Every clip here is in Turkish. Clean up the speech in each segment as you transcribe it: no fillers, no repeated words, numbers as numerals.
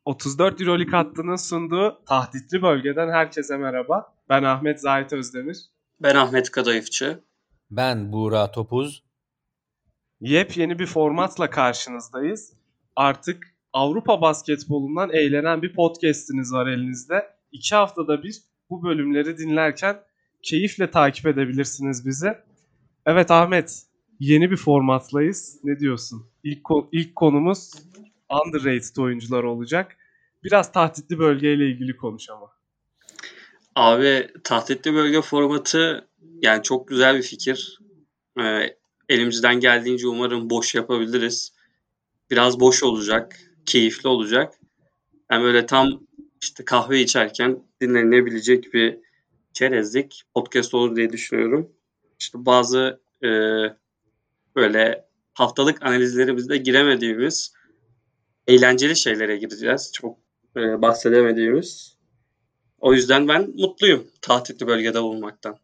34 Euroleague hattının sunduğu tahtitli bölgeden herkese merhaba. Ben Ahmet Zahit Özdemir. Ben Ahmet Kadayıfçı. Ben Buğra Topuz. Yepyeni bir formatla karşınızdayız. Artık Avrupa basketbolundan eğlenen bir podcast'iniz var elinizde. 2 haftada bir bu bölümleri dinlerken keyifle takip edebilirsiniz bizi. Evet Ahmet, yeni bir formatlayız. Ne diyorsun? İlk konumuz underrated oyuncular olacak. Biraz tahtitli bölgeyle ilgili konuş ama. Abi tahtitli bölge formatı yani çok güzel bir fikir. Elimizden geldiğince umarım boş yapabiliriz. Biraz boş olacak, keyifli olacak. Yani böyle tam işte kahve içerken dinlenebilecek bir çerezlik podcast olur diye düşünüyorum. İşte bazı böyle haftalık analizlerimizde giremediğimiz eğlenceli şeylere gireceğiz. Çok bahsedemediğimiz. O yüzden ben mutluyum tahtitli bölgede bulunmaktan.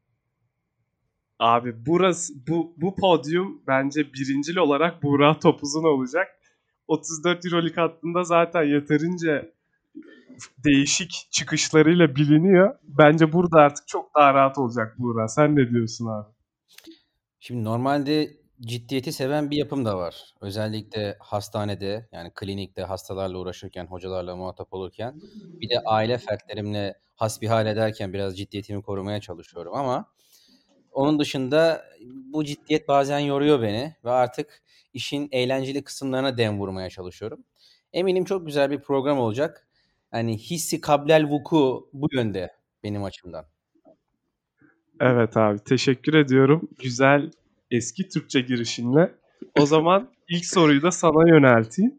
Abi bu podyum bence birincil olarak Buğra Topuz'un olacak. 34 Euroleague hattında zaten yeterince değişik çıkışlarıyla biliniyor. Bence burada artık çok daha rahat olacak Buğra. Sen ne diyorsun abi? Şimdi normalde ciddiyeti seven bir yapım da var. Özellikle hastanede, yani klinikte hastalarla uğraşırken, hocalarla muhatap olurken, bir de aile fertlerimle hasbihal ederken biraz ciddiyetimi korumaya çalışıyorum ama onun dışında bu ciddiyet bazen yoruyor beni ve artık işin eğlenceli kısımlarına dem vurmaya çalışıyorum. Eminim çok güzel bir program olacak. Yani hissi kablel vuku bu yönde benim açımdan. Evet abi, teşekkür ediyorum. Güzel eski Türkçe girişinle. O zaman ilk soruyu da sana yönelteyim.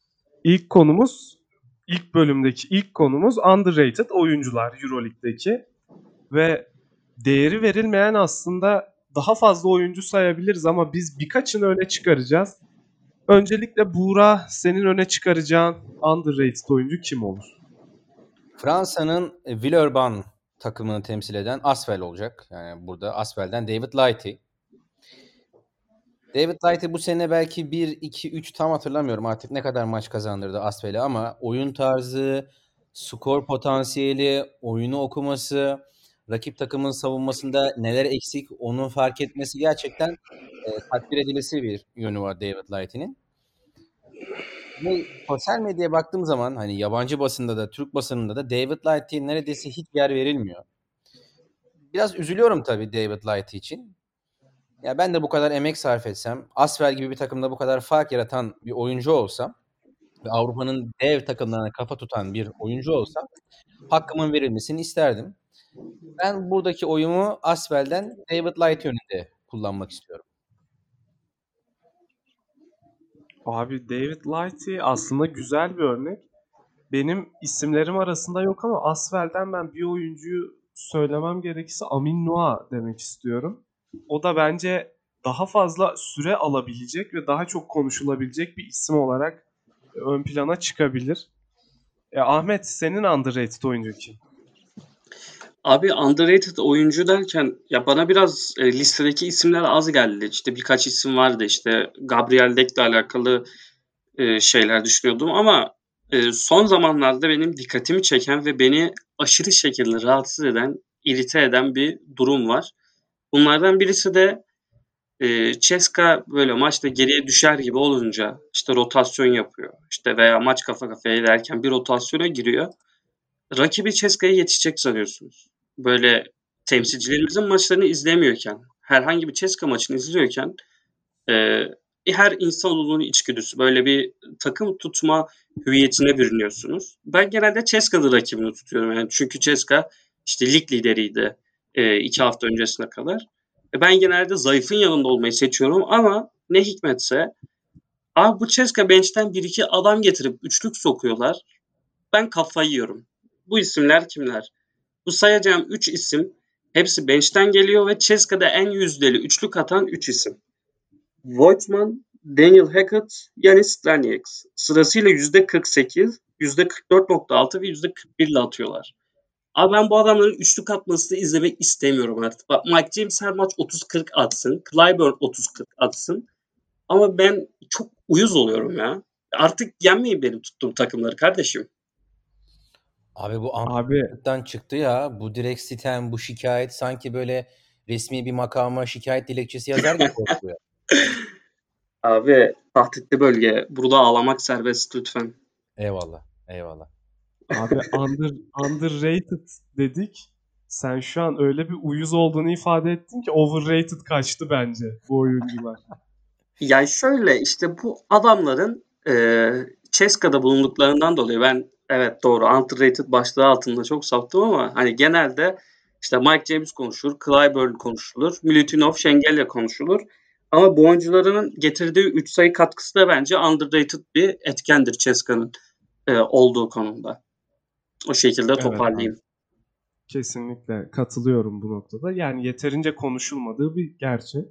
İlk bölümdeki ilk konumuz underrated oyuncular Euroleague'deki. Ve değeri verilmeyen aslında daha fazla oyuncu sayabiliriz ama biz birkaçını öne çıkaracağız. Öncelikle Buğra, senin öne çıkaracağın underrated oyuncu kim olur? Fransa'nın Villeurbanne takımını temsil eden Asvel olacak. Yani burada Asvel'den David Lighty. David Lighty bu sene belki 1, 2, 3 tam hatırlamıyorum artık ne kadar maç kazandırdı Asvel'e ama oyun tarzı, skor potansiyeli, oyunu okuması, rakip takımın savunmasında neler eksik onu fark etmesi gerçekten takdir edilesi bir yönü var David Lighty'nin. Ve sosyal medyaya baktığım zaman hani yabancı basında da Türk basınında da David Lighty'ye neredeyse hiç yer verilmiyor. Biraz üzülüyorum tabii David Lighty için. Ya ben de bu kadar emek sarf etsem, Asvel gibi bir takımda bu kadar fark yaratan bir oyuncu olsam ve Avrupa'nın dev takımlarına kafa tutan bir oyuncu olsam hakkımın verilmesini isterdim. Ben buradaki oyumu Asvel'den David Light yönünde kullanmak istiyorum. Abi David Lighty aslında güzel bir örnek. Benim isimlerim arasında yok ama Asvel'den ben bir oyuncuyu söylemem gerekirse Amin Noah demek istiyorum. O da bence daha fazla süre alabilecek ve daha çok konuşulabilecek bir isim olarak ön plana çıkabilir. Ahmet, senin underrated oyuncu kim? Abi underrated oyuncu derken ya bana biraz listedeki isimler az geldi. İşte birkaç isim vardı işte Gabriel Dek'le alakalı şeyler düşünüyordum ama son zamanlarda benim dikkatimi çeken ve beni aşırı şekilde rahatsız eden, irite eden bir durum var. Bunlardan birisi de Ceska böyle maçta geriye düşer gibi olunca işte rotasyon yapıyor. İşte veya maç kafa kafaya derken bir rotasyona giriyor. Rakibi Ceska'ya yetişecek sanıyorsunuz. Böyle temsilcilerimizin maçlarını izlemiyorken, herhangi bir Ceska maçını izliyorken e, her insanoğlunun içgüdüsü böyle bir takım tutma hüviyetine bürünüyorsunuz. Ben genelde Ceska'lı rakibini tutuyorum. Yani çünkü Ceska işte lig lideriydi 2 hafta öncesine kadar. Ben genelde zayıfın yanında olmayı seçiyorum ama ne hikmetse abi bu Ceska bench'ten bir iki adam getirip üçlük sokuyorlar. Ben kafayı yiyorum. Bu isimler kimler? Bu sayacağım 3 isim hepsi bench'ten geliyor ve Ceska'da en yüzdeli üçlük atan 3 isim. Voigtman, Daniel Hackett, Yanis Stanieks. Sırasıyla %48, %44.6 ve %41 ile atıyorlar. Abi ben bu adamların üçlük atmasını izlemek istemiyorum artık. Bak Mike James her maç 30-40 atsın. Clyburn 30-40 atsın. Ama ben çok uyuz oluyorum ya. Artık yenmeyin benim tuttuğum takımları kardeşim. Abi bu Abi Ankara'dan çıktı ya. Bu direkt sitem, bu şikayet sanki böyle resmi bir makama şikayet dilekçesi yazar gibi oluyor. Abi tahtitli bölge. Burada ağlamak serbest lütfen. Eyvallah. Eyvallah. abi underrated dedik. Sen şu an öyle bir uyuz olduğunu ifade ettin ki overrated kaçtı bence bu oyuncular. Yani şöyle işte bu adamların Ceska'da bulunduklarından dolayı ben evet doğru underrated başlığı altında çok saptım ama hani genelde işte Mike James konuşulur, Clyburn konuşulur, Milutinov, Şengelya konuşulur. Ama bu oyuncuların getirdiği 3 sayı katkısı da bence underrated bir etkendir Ceska'nın olduğu konumda. O şekilde Evet toparlayayım. Kesinlikle katılıyorum bu noktada. Yani yeterince konuşulmadığı bir gerçek.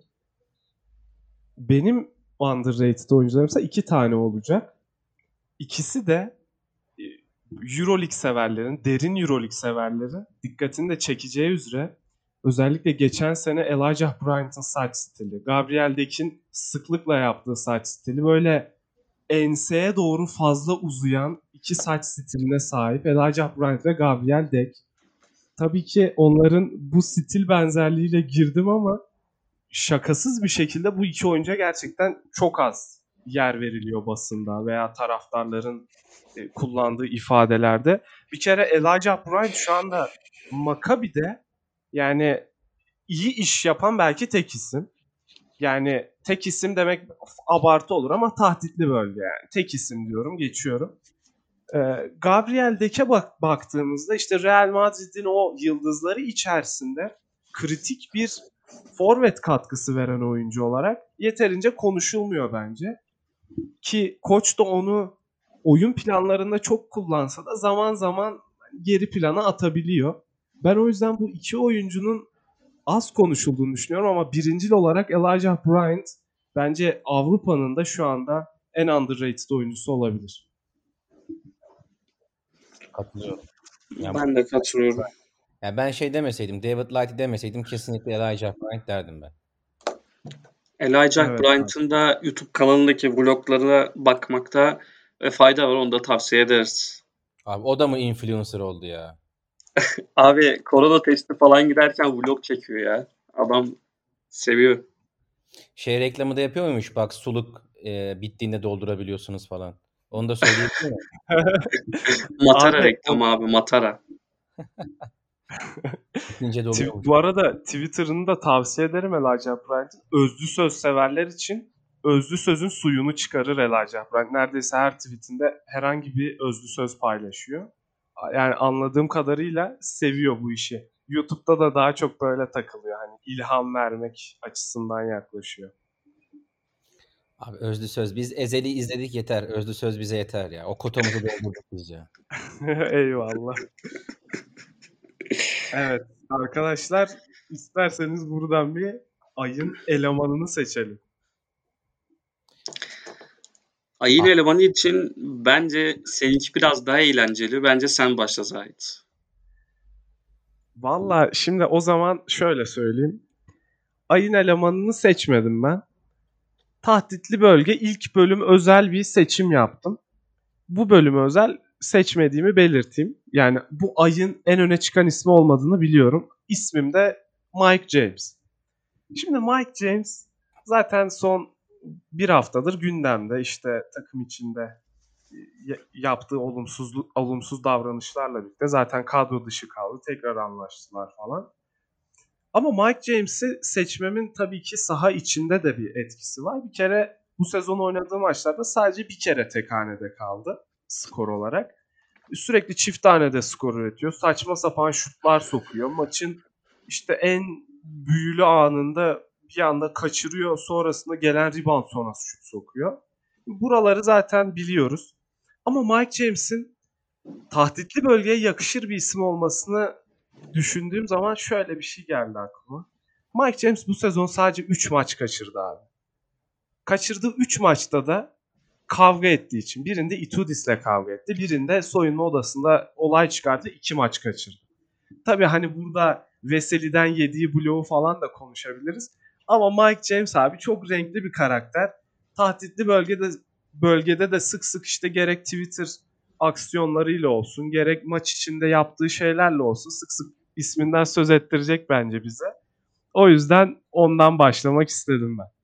Benim underrated oyuncularımsa 2 tane olacak. İkisi de EuroLeague severlerin, derin EuroLeague severlerin dikkatini de çekeceği üzere özellikle geçen sene Elijah Bryant'ın saç stili, Gabriel Dek'in sıklıkla yaptığı saç stili böyle enseye doğru fazla uzayan iki saç stiline sahip Elijah Bryant ve Gabriel Dek. Tabii ki onların bu stil benzerliğiyle girdim ama şakasız bir şekilde bu iki oyuncuya gerçekten çok az yer veriliyor basında veya taraftarların kullandığı ifadelerde. Bir kere Elijah Bryant şu anda Maccabi'de yani iyi iş yapan belki tek isim. Yani tek isim demek abartı olur ama tahtitli bölge yani. Tek isim diyorum, geçiyorum. Gabriel Dek'e baktığımızda işte Real Madrid'in o yıldızları içerisinde kritik bir forvet katkısı veren oyuncu olarak yeterince konuşulmuyor bence. Ki koç da onu oyun planlarında çok kullansa da zaman zaman geri plana atabiliyor. Ben o yüzden bu iki oyuncunun az konuşulduğunu düşünüyorum ama birincil olarak Elijah Bryant bence Avrupa'nın da şu anda en underrated oyuncusu olabilir. Katılıyorum. Ben de katılıyorum. Yani ben şey demeseydim, David Lighty demeseydim kesinlikle Elijah Bryant derdim ben. Elijah Evet, Bryant'ın da YouTube kanalındaki vloglarına bakmakta fayda var. Onu da tavsiye ederiz. Abi o da mı influencer oldu ya? Abi korona testi falan giderken vlog çekiyor ya. Adam seviyor. Şey reklamı da yapıyor muymuş? Bak suluk bittiğinde doldurabiliyorsunuz falan. Onu da söyleyebilir mi? Matara Abi, reklamı abi Matara. Bitince doluyormuş. Bu arada Twitter'ını da tavsiye ederim Elijah Bryant'ın. Özlü söz severler için özlü sözün suyunu çıkarır Elijah Bryant. Neredeyse her tweetinde herhangi bir özlü söz paylaşıyor. Yani anladığım kadarıyla seviyor bu işi. YouTube'da da daha çok böyle takılıyor. Hani ilham vermek açısından yaklaşıyor. Abi Özlü Söz. Biz Ezel'i izledik yeter. Özlü Söz bize yeter ya. O kotamızı doldurduk biz ya. Eyvallah. Evet arkadaşlar isterseniz buradan bir ayın elemanını seçelim. Ayın elemanı için bence seninki biraz daha eğlenceli. Bence sen başla Zahit. Valla şimdi o zaman şöyle söyleyeyim. Ayın elemanını seçmedim ben. Tahtitli bölge ilk bölüm özel bir seçim yaptım. Bu bölümü özel seçmediğimi belirteyim. Yani bu ayın en öne çıkan ismi olmadığını biliyorum. İsmim de Mike James. Şimdi Mike James zaten son bir haftadır gündemde işte takım içinde yaptığı olumsuz davranışlarla birlikte zaten kadro dışı kaldı. Tekrar anlaştılar falan. Ama Mike James'i seçmemin tabii ki saha içinde de bir etkisi var. Bir kere bu sezon oynadığı maçlarda sadece bir kere tek hanede kaldı skor olarak. Sürekli çift hanede skor üretiyor. Saçma sapan şutlar sokuyor. Maçın işte en büyülü anında bir anda kaçırıyor. Sonrasında gelen rebound sonrası şut sokuyor. Buraları zaten biliyoruz. Ama Mike James'in tahtitli bölgeye yakışır bir isim olmasını düşündüğüm zaman şöyle bir şey geldi aklıma. Mike James bu sezon sadece 3 maç kaçırdı abi. Kaçırdığı 3 maçta da kavga ettiği için. Birinde Itudis'le kavga etti. Birinde soyunma odasında olay çıkarttı. 2 maç kaçırdı. Tabii hani burada Veseli'den yediği bloğu falan da konuşabiliriz. Ama Mike James abi çok renkli bir karakter. Tahtitli bölgede bölgede de sık sık işte gerek Twitter aksiyonlarıyla olsun, gerek maç içinde yaptığı şeylerle olsun sık sık isminden söz ettirecek bence bize. O yüzden ondan başlamak istedim ben.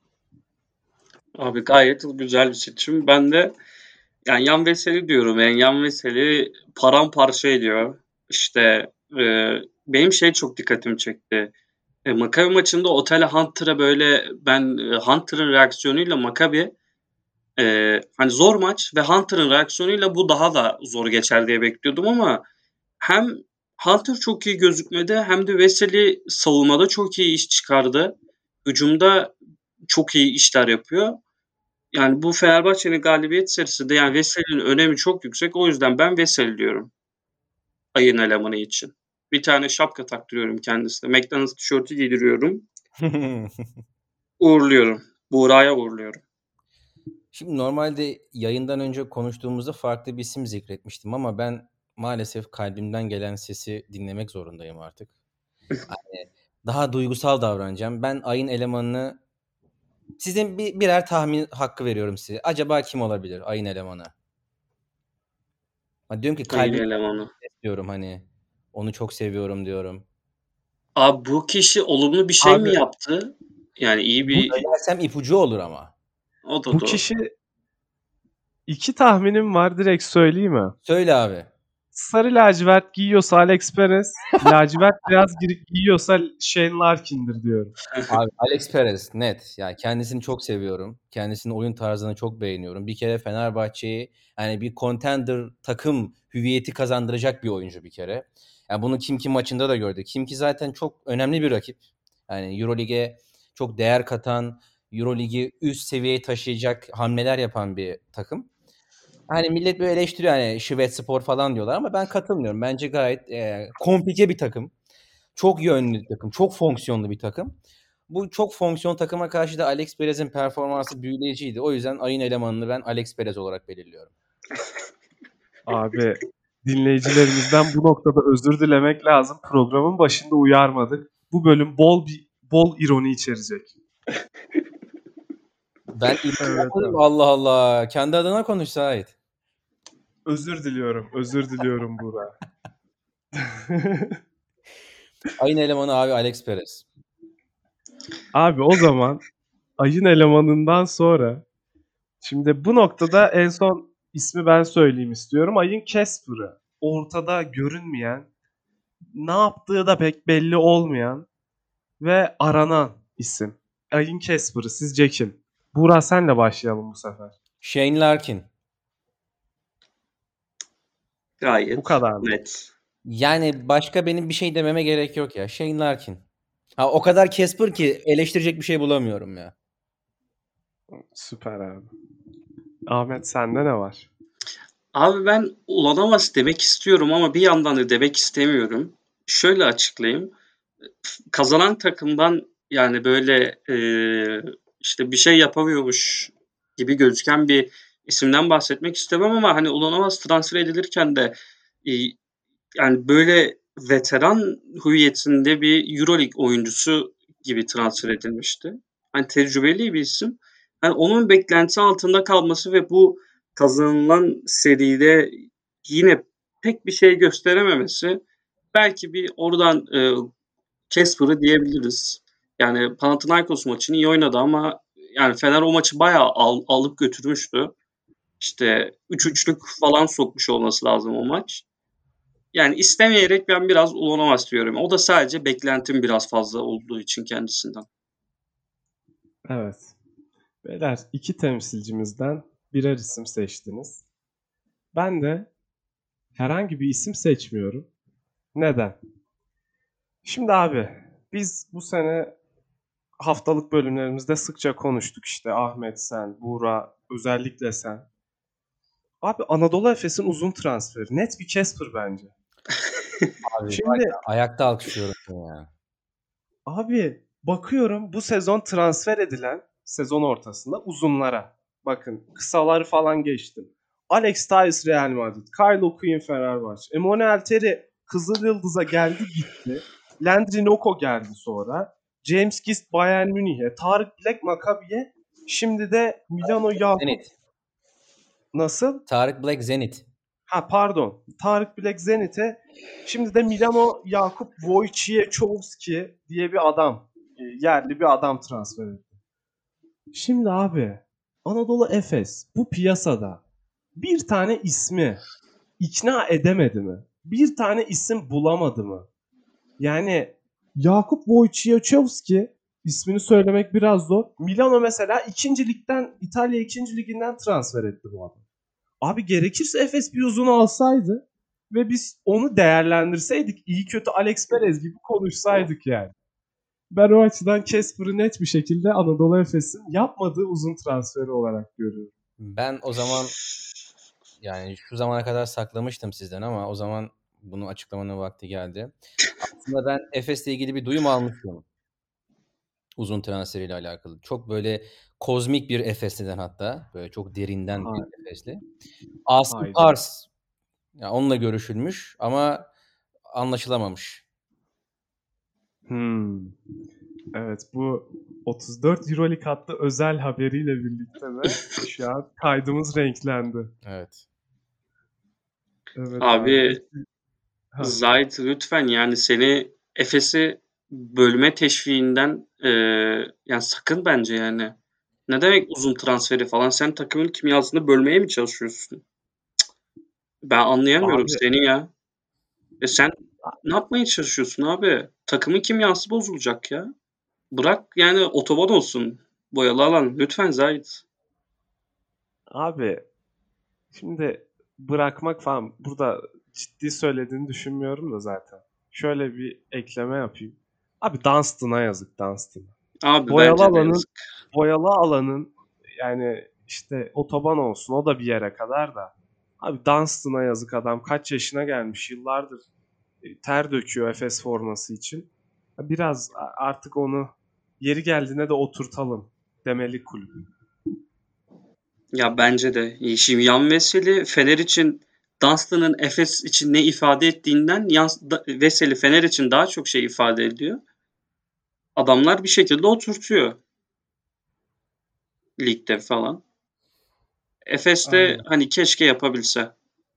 Abi gayet güzel bir seçim. Ben de yani Yan Veseli diyorum. Yani Yan Veseli paramparça ediyor. İşte benim şey çok dikkatimi çekti. Maccabi maçında Otele Hunter'a böyle ben Hunter'ın reaksiyonuyla Maccabi hani zor maç ve Hunter'ın reaksiyonuyla bu daha da zor geçer diye bekliyordum ama hem Hunter çok iyi gözükmedi hem de Veseli savunmada çok iyi iş çıkardı. Hücumda çok iyi işler yapıyor. Yani bu Fenerbahçe'nin galibiyet serisinde yani Veseli'nin önemi çok yüksek. O yüzden ben Veseli diyorum ayın elemanı için. Bir tane şapka taktırıyorum kendisine. McDonald's tişörtü giydiriyorum. Uğurluyorum. Buğra'ya uğurluyorum. Şimdi normalde yayından önce konuştuğumuzda farklı bir isim zikretmiştim ama ben maalesef kalbimden gelen sesi dinlemek zorundayım artık. Yani daha duygusal davranacağım. Ben ayın elemanını sizin birer tahmin hakkı veriyorum size. Acaba kim olabilir ayın elemanı? Diyorum ki Ayın kalbimden elemanı. diyorum hani onu çok seviyorum diyorum. Abi bu kişi olumlu bir şey Abi, mi yaptı? Yani iyi bu, bir Söylersem ipucu olur ama. o da bu doğru. kişi 2 tahminim var, direkt söyleyeyim mi? Söyle abi. Sarı lacivert giyiyorsa Alex Perez, lacivert beyaz giyiyorsa Shane Larkin'dir diyorum. Abi Alex Perez net. Yani kendisini çok seviyorum. Kendisinin oyun tarzını çok beğeniyorum. Bir kere Fenerbahçe'yi yani bir contender takım hüviyeti kazandıracak bir oyuncu bir kere. Yani bunu Kimki maçında da gördük. Kimki zaten çok önemli bir rakip. Yani EuroLeague'e çok değer katan, EuroLeague'i üst seviyeye taşıyacak hamleler yapan bir takım. Hani millet böyle eleştiriyor hani Şivetspor falan diyorlar ama ben katılmıyorum. Bence gayet komplike bir takım. Çok yönlü bir takım. Çok fonksiyonlu bir takım. Bu çok fonksiyon takıma karşı da Alex Perez'in performansı büyüleyiciydi. O yüzden ayın elemanını ben Alex Perez olarak belirliyorum. Abi, dinleyicilerimizden bu noktada özür dilemek lazım. Programın başında uyarmadık. Bu bölüm bol ironi içerecek. Ben Evet abi. Allah Allah. Kendi adına konuş Sait. Özür diliyorum Burak. Ayın elemanı abi Alex Perez. Abi o zaman ayın elemanından sonra şimdi bu noktada en son ismi ben söyleyeyim istiyorum. Ayın Casper'ı. Ortada görünmeyen, ne yaptığı da pek belli olmayan ve aranan isim. Ayın Casper'ı sizce kim? Buğra, senle başlayalım bu sefer. Shane Larkin. Gayet Bu kadar mı? net. Yani başka benim bir şey dememe gerek yok ya. Shane Larkin. O kadar Casper ki eleştirecek bir şey bulamıyorum ya. Süper abi. Ahmet, sende ne var? Abi ben Ulanovas demek istiyorum ama bir yandan da demek istemiyorum. Şöyle açıklayayım. Kazanan takımdan yani böyle işte bir şey yapamıyormuş gibi gözüken bir isimden bahsetmek istemem ama hani Ulanovas transfer edilirken de e, yani böyle veteran hüviyetinde bir EuroLeague oyuncusu gibi transfer edilmişti. Hani tecrübeli bir isim. Hani onun beklenti altında kalması ve bu kazanılan seride yine pek bir şey gösterememesi belki bir oradan Casper'ı diyebiliriz. Yani Panathinaikos maçını iyi oynadı ama yani Fener o maçı bayağı alıp götürmüştü. İşte 3-3'lük falan sokmuş olması lazım o maç. Yani istemeyerek ben biraz Ulanovas diyorum. O da sadece beklentim biraz fazla olduğu için kendisinden. Evet. Beyler, 2 temsilcimizden birer isim seçtiniz. Ben de herhangi bir isim seçmiyorum. Neden? Şimdi abi, biz bu sene haftalık bölümlerimizde sıkça konuştuk, işte Ahmet, sen, Buğra, özellikle sen. Abi, Anadolu Efes'in uzun transferi. Net bir Casper bence. Abi Şimdi ayakta alkışlıyorum seni ya. abi bakıyorum bu sezon transfer edilen, sezon ortasında uzunlara. Bakın, kısaları falan geçtim. Alex Tyus Real Madrid, Kyle O'Quinn Fenerbahçe, Emanuel Terry Kızılyıldız'a geldi gitti. Landry Noko geldi sonra. James Gist Bayern Münih'e, Tarık Black Maccabi'ye, şimdi de Milano Yakup Zenit. Nasıl? Tarık Black Zenit. Ha pardon. Tarık Black Zenit'e şimdi de Milano Jakub Wojciechowski diye bir adam. Yerli bir adam transfer etti. Şimdi abi Anadolu Efes bu piyasada bir tane ismi ikna edemedi mi? Bir tane isim bulamadı mı? Yani Jakub Wojciechowski ismini söylemek biraz zor. Milano mesela 2. ligden İtalya 2. liginden transfer etti bu adam. Abi gerekirse Efes bir uzun alsaydı ve biz onu değerlendirseydik, iyi kötü Alex Perez gibi konuşsaydık yani. Ben o açıdan Casper'ı net bir şekilde Anadolu Efes'in yapmadığı uzun transferi olarak görüyorum. Ben o zaman yani şu zamana kadar saklamıştım sizden ama o zaman bunu açıklamanın vakti geldi. Aslında ben Efes'le ilgili bir duyum almıştım. Uzun transferiyle alakalı. Çok böyle kozmik bir Efes'ten hatta. Böyle çok derinden bir Efes'li. Aslı Pars. Yani onunla görüşülmüş ama anlaşılamamış. Evet, bu 34 Euroleague hattı özel haberiyle birlikte de şu an kaydımız renklendi. Evet. Evet abi Zahit lütfen yani seni Efes'i bölme teşviğinden yani sakın bence yani. Ne demek uzun transferi falan? Sen takımın kimyasını bölmeye mi çalışıyorsun? Ben anlayamıyorum Abi, seni ya. Sen ne yapmaya çalışıyorsun abi? Takımın kimyası bozulacak ya. Bırak yani otoban olsun. Boyalı alan. Lütfen Zahit. abi şimdi bırakmak falan burada ciddi söylediğini düşünmüyorum da zaten. Şöyle bir ekleme yapayım. Abi Dunstan'a yazık Dunstan'a. Abi Boyalı bence de alanın yazık. boyalı alanın yani işte otoban olsun o da bir yere kadar da. Abi Dunstan'a yazık adam kaç yaşına gelmiş yıllardır ter döküyor Efes forması için. Biraz artık onu yeri geldiğinde de oturtalım demeli kulüp. Ya bence de. Şimdi Yan Veseli Fener için Dunstan'ın Efes için ne ifade ettiğinden Veseli Fener için daha çok şey ifade ediyor. Adamlar bir şekilde oturtuyor ligde falan. Efes de hani keşke yapabilse.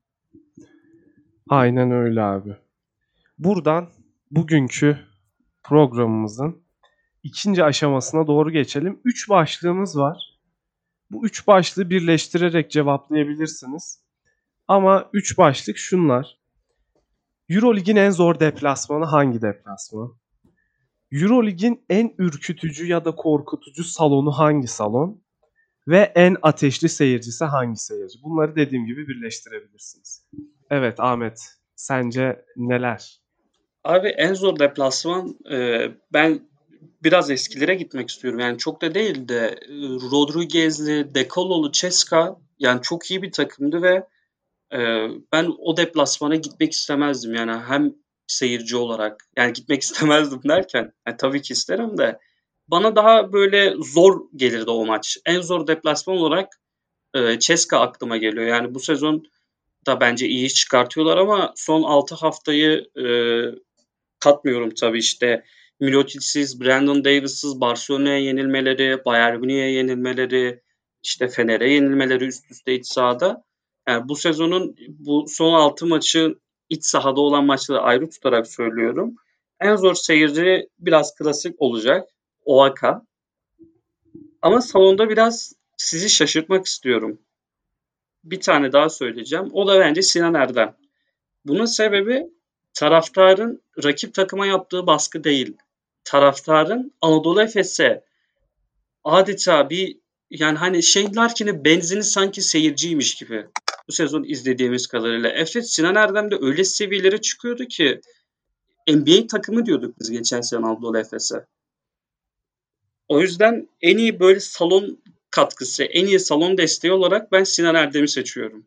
Aynen öyle abi. Buradan bugünkü programımızın ikinci aşamasına doğru geçelim. 3 başlığımız var. Bu 3 başlığı birleştirerek cevaplayabilirsiniz. Ama 3 başlık şunlar. Eurolig'in en zor deplasmanı hangi deplasman? Eurolig'in en ürkütücü ya da korkutucu salonu hangi salon? Ve en ateşli seyircisi hangi seyirci? Bunları dediğim gibi birleştirebilirsiniz. Evet Ahmet, sence neler? Abi en zor deplasman ben biraz eskilere gitmek istiyorum. Yani çok da değil de Rodriguez'li, De Colo'lu Ceska yani çok iyi bir takımdı ve ben o deplasmana gitmek istemezdim. Yani hem seyirci olarak yani gitmek istemezdim derken yani tabii ki isterim de bana daha böyle zor gelirdi o maç. En zor deplasman olarak Ceska aklıma geliyor. Yani bu sezon da bence iyi iş çıkartıyorlar ama son 6 haftayı katmıyorum tabii işte Milotic'siz, Brandon Davis'siz Barcelona'ya yenilmeleri, Bayern Münih'e yenilmeleri, işte Fener'e yenilmeleri üst üste iç sahada. Yani bu sezonun bu son 6 maçı iç sahada olan maçları ayrı tutarak söylüyorum. En zor seyirci biraz klasik olacak. Oaka. Ama salonda biraz sizi şaşırtmak istiyorum. Bir tane daha söyleyeceğim. O da bence Sinan Erdem. Bunun sebebi taraftarın rakip takıma yaptığı baskı değil. Taraftarın Anadolu Efes'e adeta bir yani hani Larkin'in benzini sanki seyirciymiş gibi. Bu sezon izlediğimiz kadarıyla. Efes Sinan Erdem'de öyle seviyelere çıkıyordu ki NBA takımı diyorduk biz geçen sene Anadolu Efes'e. O yüzden en iyi böyle salon katkısı, en iyi salon desteği olarak ben Sinan Erdem'i seçiyorum.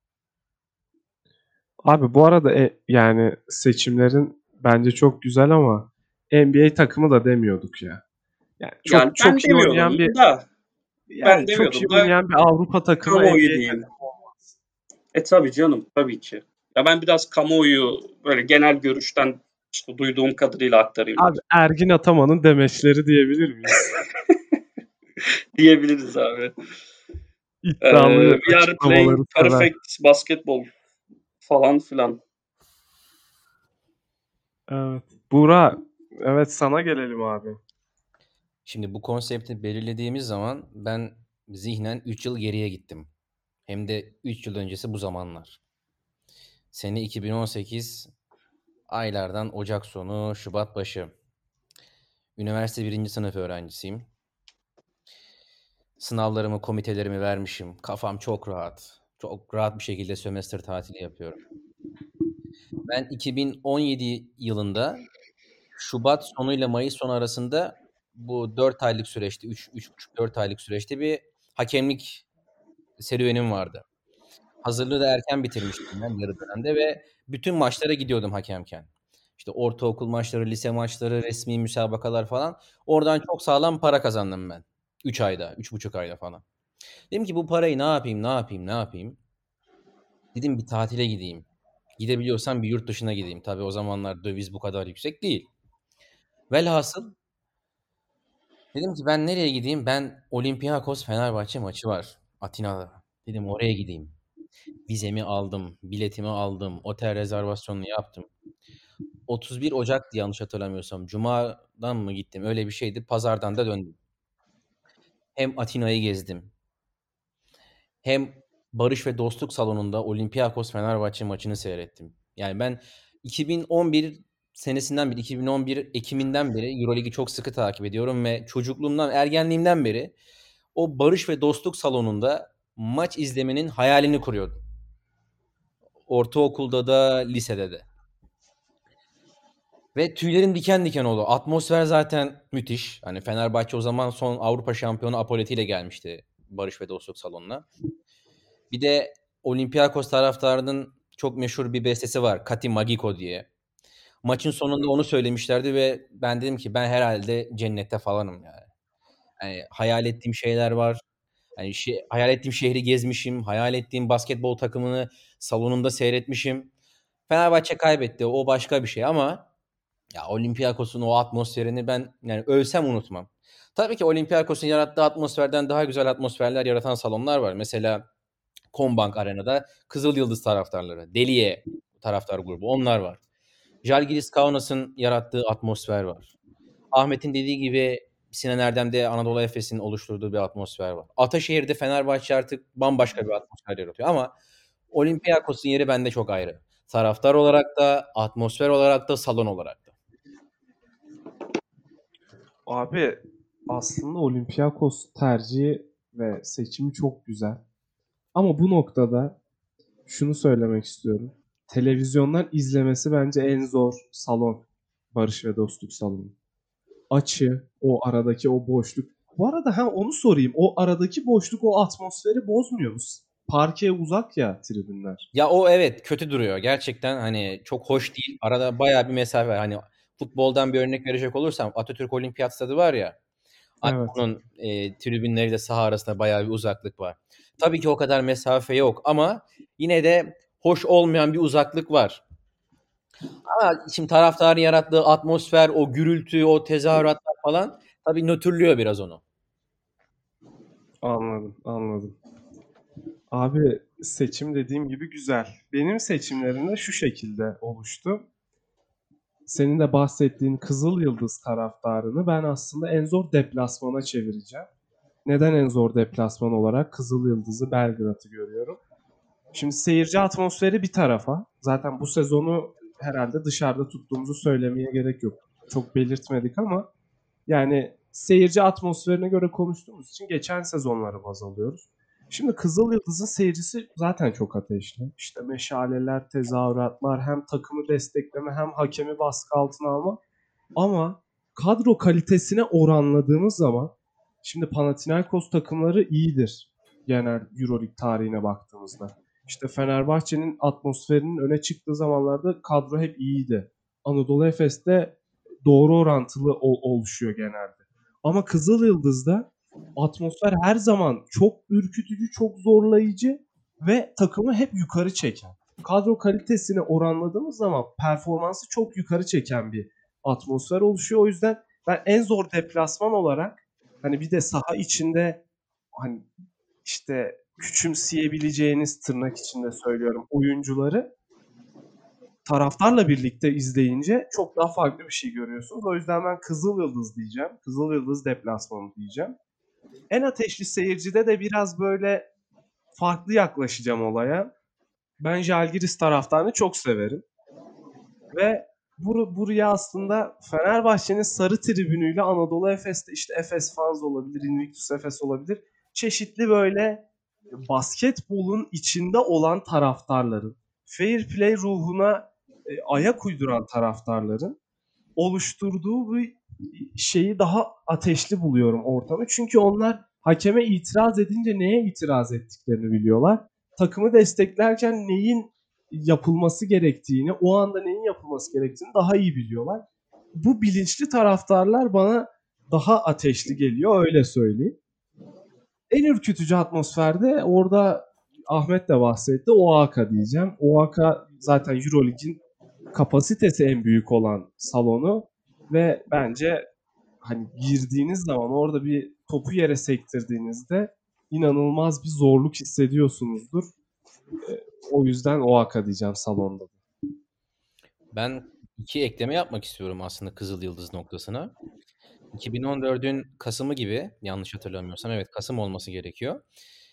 Abi bu arada yani seçimlerin bence çok güzel ama NBA takımı da demiyorduk ya. Yani Yani çok çok iyi oynayan bir ben çok iyi demiyordum da oynayan bir Avrupa takımı kamuoyu NBA diyeyim. takımı olmaz. Tabii canım, tabii ki. Ya ben biraz kamuoyu böyle genel görüşten işte duyduğum kadarıyla aktarayım Abi dedim. Ergin Ataman'ın demeçleri diyebilir miyiz? Diyebiliriz abi. İddialı We are playing açıklamaları sever. perfect basketball falan filan. Evet. Buğra, evet sana gelelim abi. Şimdi bu konsepti belirlediğimiz zaman ben zihnen 3 yıl geriye gittim. Hem de 3 yıl öncesi bu zamanlar. Sene 2018 aylardan Ocak sonu, Şubat başı. Üniversite 1. sınıf öğrencisiyim. Sınavlarımı, komitelerimi vermişim. Kafam çok rahat. Çok rahat bir şekilde sömestr tatili yapıyorum. Ben 2017 yılında Şubat sonuyla Mayıs sonu arasında bu 4 aylık süreçte, 3,5-4 aylık süreçte bir hakemlik serüvenim vardı. Hazırlığı da erken bitirmiştim ben yarı dönemde ve bütün maçlara gidiyordum hakemken. İşte ortaokul maçları, lise maçları, resmi müsabakalar falan. Oradan çok sağlam para kazandım ben. 3 ayda, 3,5 ayda falan. Dedim ki bu parayı ne yapayım, ne yapayım, ne yapayım? Dedim bir tatile gideyim. Gidebiliyorsam bir yurt dışına gideyim. Tabii o zamanlar döviz bu kadar yüksek değil. Velhasıl dedim ki ben nereye gideyim? Ben Olympiakos Fenerbahçe maçı var Atina'da. Dedim oraya gideyim. Vizemi aldım, biletimi aldım, otel rezervasyonunu yaptım. 31 Ocak'tı yanlış hatırlamıyorsam. Cuma'dan mı gittim? Öyle bir şeydi. Pazardan da döndüm. Hem Atina'yı gezdim. Hem Barış ve Dostluk Salonu'nda Olympiakos Fenerbahçe maçını seyrettim. Yani ben 2011 senesinden beri, 2011 Ekim'inden beri Euroligi çok sıkı takip ediyorum ve çocukluğumdan, ergenliğimden beri o Barış ve Dostluk Salonu'nda maç izlemenin hayalini kuruyordum. Ortaokulda da, lisede de. Ve tüylerim diken diken oldu. Atmosfer zaten müthiş. Hani Fenerbahçe o zaman son Avrupa şampiyonu Apolleti ile gelmişti Barış ve Dostluk Salonu'na. Bir de Olympiakos taraftarının çok meşhur bir bestesi var. Kati Magiko diye. Maçın sonunda onu söylemişlerdi ve ben dedim ki ben herhalde cennette falanım yani. Yani hayal ettiğim şeyler var. Yani hayal ettiğim şehri gezmişim. Hayal ettiğim basketbol takımını salonunda seyretmişim. Fenerbahçe kaybetti. O başka bir şey ama ya Olympiakos'un o atmosferini ben yani ölsem unutmam. Tabii ki Olympiakos'un yarattığı atmosferden daha güzel atmosferler yaratan salonlar var. Mesela Kombank Arena'da Kızıl Yıldız taraftarları, Deliye taraftar grubu onlar var. Žalgiris Kaunas'ın yarattığı atmosfer var. Ahmet'in dediği gibi Sinan Erdem'de Anadolu Efes'in oluşturduğu bir atmosfer var. Ataşehir'de Fenerbahçe artık bambaşka bir atmosfer yaratıyor ama Olympiakos'un yeri bende çok ayrı. Taraftar olarak da, atmosfer olarak da, salon olarak da. Abi aslında Olympiakos tercihi ve seçimi çok güzel. Ama bu noktada şunu söylemek istiyorum. Televizyondan izlemesi bence en zor salon. Barış ve Dostluk salonu. Açı, o aradaki o boşluk. Bu arada onu sorayım. O aradaki boşluk o atmosferi bozmuyor mu? Parkeye uzak ya tribünler. Ya o evet kötü duruyor. Gerçekten hani çok hoş değil. Arada bayağı bir mesafe var. Hani futboldan bir örnek verecek olursam Atatürk Olimpiyat Stadı var ya. Evet. Onun tribünleri de saha arasında bayağı bir uzaklık var. Tabii ki o kadar mesafe yok ama yine de hoş olmayan bir uzaklık var. Ama şimdi taraftarın yarattığı atmosfer, o gürültü, o tezahüratlar falan tabii nötrlüyor biraz onu. Anladım, anladım. Abi seçim dediğim gibi güzel. Benim seçimlerim de şu şekilde oluştu. Senin de bahsettiğin Kızıl Yıldız taraftarını ben aslında en zor deplasmana çevireceğim. Neden en zor deplasman olarak Kızıl Yıldız'ı Belgrad'ı görüyorum? Şimdi seyirci atmosferi bir tarafa. Zaten bu sezonu herhalde dışarıda tuttuğumuzu söylemeye gerek yok. Çok belirtmedik ama yani seyirci atmosferine göre konuştuğumuz için geçen sezonları baz alıyoruz. Şimdi Kızıl Yıldız'ın seyircisi zaten çok ateşli. İşte meşaleler, tezahüratlar, hem takımı destekleme hem hakemi baskı altına alma. Ama kadro kalitesine oranladığımız zaman şimdi Panathinaikos takımları iyidir genel Euroleague tarihine baktığımızda. İşte Fenerbahçe'nin atmosferinin öne çıktığı zamanlarda kadro hep iyiydi. Anadolu Efes'te doğru orantılı oluşuyor genelde. Ama Kızıl Yıldız'da atmosfer her zaman çok ürkütücü, çok zorlayıcı ve takımı hep yukarı çeken. Kadro kalitesini oranladığımız zaman performansı çok yukarı çeken bir atmosfer oluşuyor. O yüzden ben en zor deplasman olarak hani bir de saha içinde hani işte küçümseyebileceğiniz, tırnak içinde söylüyorum, oyuncuları taraftarla birlikte izleyince çok daha farklı bir şey görüyorsunuz. O yüzden ben Kızıl Yıldız diyeceğim. Kızıl Yıldız deplasmanı diyeceğim. En ateşli seyircide de biraz böyle farklı yaklaşacağım olaya. Ben Žalgiris taraftarını çok severim. Ve buraya aslında Fenerbahçe'nin sarı tribünüyle Anadolu Efes'te işte Efes Fans olabilir, Invictus Efes olabilir. Çeşitli böyle basketbolun içinde olan taraftarların, fair play ruhuna ayak uyduran taraftarların oluşturduğu bir şeyi daha ateşli buluyorum ortamı. Çünkü onlar hakeme itiraz edince neye itiraz ettiklerini biliyorlar. Takımı desteklerken neyin yapılması gerektiğini, o anda neyin yapılması gerektiğini daha iyi biliyorlar. Bu bilinçli taraftarlar bana daha ateşli geliyor, öyle söyleyeyim. En ürkütücü atmosferde orada Ahmet de bahsetti, OAK diyeceğim. OAK zaten Euroleague'in kapasitesi en büyük olan salonu ve bence hani girdiğiniz zaman orada bir topu yere sektirdiğinizde inanılmaz bir zorluk hissediyorsunuzdur. O yüzden OAK diyeceğim salonda. Ben 2 ekleme yapmak istiyorum aslında Kızıl Yıldız noktasına. 2014'ün Kasım'ı gibi, yanlış hatırlamıyorsam, evet Kasım olması gerekiyor.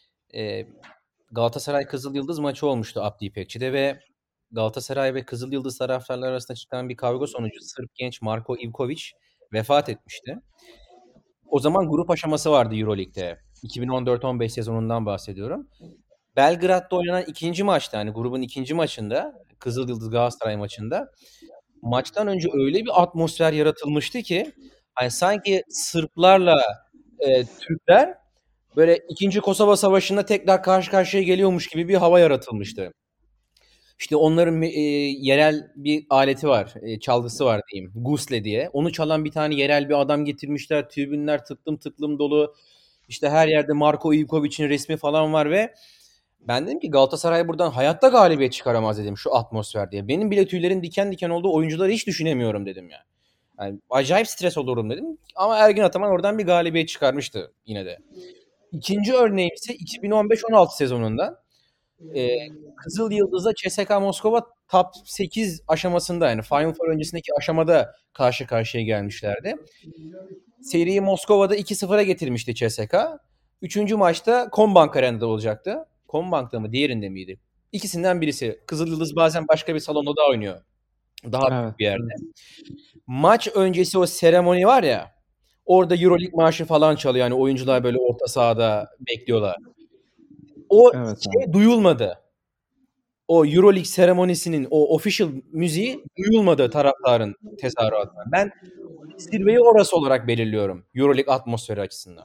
Galatasaray Kızıl Yıldız maçı olmuştu Abdi İpekçi'de ve Galatasaray ve Kızıl Yıldız taraftarları arasında çıkan bir kavga sonucu Sırp genç Marko Ivković vefat etmişti. O zaman grup aşaması vardı Euroleague'de. 2014-15 sezonundan bahsediyorum. Belgrad'da oynanan ikinci maçta, yani grubun ikinci maçında, Kızıl Yıldız Galatasaray maçında, maçtan önce öyle bir atmosfer yaratılmıştı ki hani sanki Sırplarla Türkler böyle 2. Kosova Savaşı'nda tekrar karşı karşıya geliyormuş gibi bir hava yaratılmıştı. İşte onların yerel bir aleti var, çalgısı var diyeyim, gusle diye. Onu çalan bir tane yerel bir adam getirmişler. Tribünler tıklım tıklım dolu. İşte her yerde Marko Ivković'in resmi falan var ve ben dedim ki Galatasaray buradan hayatta galibiyet çıkaramaz dedim şu atmosfer diye. Benim bile tüylerim diken diken oldu. Oyuncuları hiç düşünemiyorum dedim ya. Yani acayip stres olurum dedim. Ama Ergin Ataman oradan bir galibiyet çıkarmıştı yine de. İkinci örneğim ise 2015-16 sezonunda Kızıl Yıldız'la CSKA Moskova top 8 aşamasında, yani Final Four öncesindeki aşamada karşı karşıya gelmişlerdi. Seriyi Moskova'da 2-0'a getirmişti CSKA. Üçüncü maçta Kombank Arena'da olacaktı. Kombank'ta mı, diğerinde miydi? İkisinden birisi. Kızıl Yıldız bazen başka bir salonda da oynuyor. Daha büyük bir yerde. Maç öncesi o seremoni var ya, orada Euroleague marşı falan çalıyor. Yani oyuncular böyle orta sahada bekliyorlar. O duyulmadı. O Euroleague seremonisinin o official müziği duyulmadı taraftarın tezahüratına. Ben zirveyi orası olarak belirliyorum Euroleague atmosferi açısından.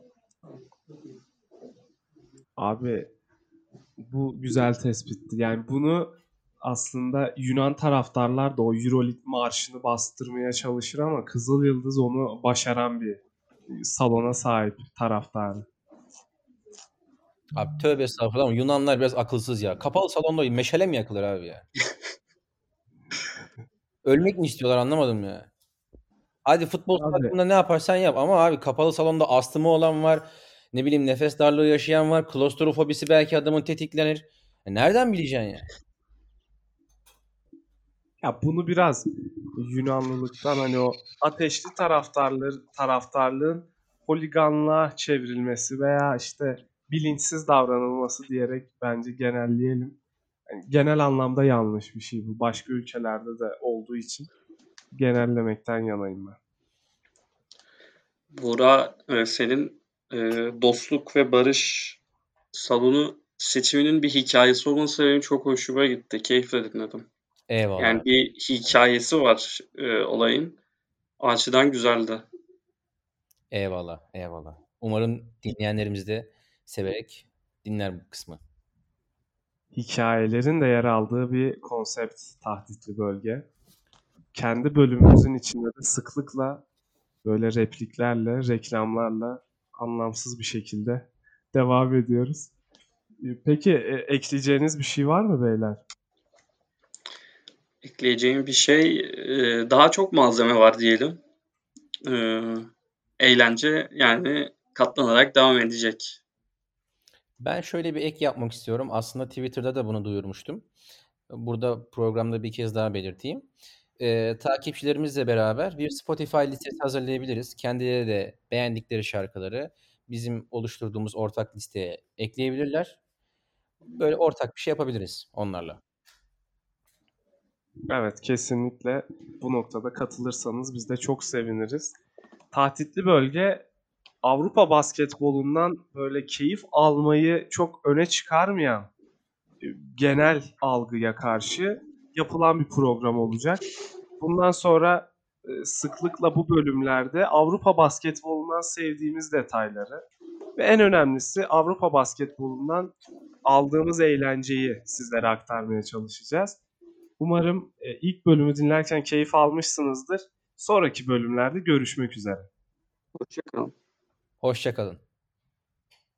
Abi bu güzel tespitti. Yani bunu aslında Yunan taraftarlar da o Euroleague marşını bastırmaya çalışır ama Kızıl Yıldız onu başaran bir salona sahip taraftarı. Abi tövbe estağfurullah ama Yunanlar biraz akılsız ya. Kapalı salonda meşale mi yakılır abi ya? Ölmek mi istiyorlar, anlamadım ya. Hadi futbol takımında ne yaparsan yap ama abi kapalı salonda astımı olan var. Ne bileyim nefes darlığı yaşayan var. Klostrofobisi belki adamın tetiklenir. Nereden bileceksin ya? Ya bunu biraz Yunanlılıktan, hani o ateşli taraftarlığın holiganlığa çevrilmesi veya işte bilinçsiz davranılması diyerek bence genelleyelim. Yani genel anlamda yanlış bir şey bu. Başka ülkelerde de olduğu için genellemekten yanayım ben. Bora, senin dostluk ve barış salonu seçiminin bir hikayesi olması benim çok hoşuma gitti. Keyifle dinledim. Eyvallah. Yani bir hikayesi var olayın. O açıdan güzeldi. Eyvallah, eyvallah. Umarım dinleyenlerimiz de severek dinler bu kısmı. Hikayelerin de yer aldığı bir konsept tahditli bölge. Kendi bölümümüzün içinde de sıklıkla böyle repliklerle, reklamlarla anlamsız bir şekilde devam ediyoruz. Peki ekleyeceğiniz bir şey var mı beyler? Ekleyeceğim bir şey, daha çok malzeme var diyelim. Eğlence yani katlanarak devam edecek. Ben şöyle bir ek yapmak istiyorum. Aslında Twitter'da da bunu duyurmuştum. Burada programda bir kez daha belirteyim. Takipçilerimizle beraber bir Spotify listesi hazırlayabiliriz. Kendileri de beğendikleri şarkıları bizim oluşturduğumuz ortak listeye ekleyebilirler. Böyle ortak bir şey yapabiliriz onlarla. Evet, kesinlikle bu noktada katılırsanız biz de çok seviniriz. Tahtitli bölge Avrupa basketbolundan böyle keyif almayı çok öne çıkarmayan genel algıya karşı yapılan bir program olacak. Bundan sonra sıklıkla bu bölümlerde Avrupa basketbolundan sevdiğimiz detayları ve en önemlisi Avrupa basketbolundan aldığımız eğlenceyi sizlere aktarmaya çalışacağız. Umarım ilk bölümü dinlerken keyif almışsınızdır. Sonraki bölümlerde görüşmek üzere. Hoşçakalın. Hoşça kalın.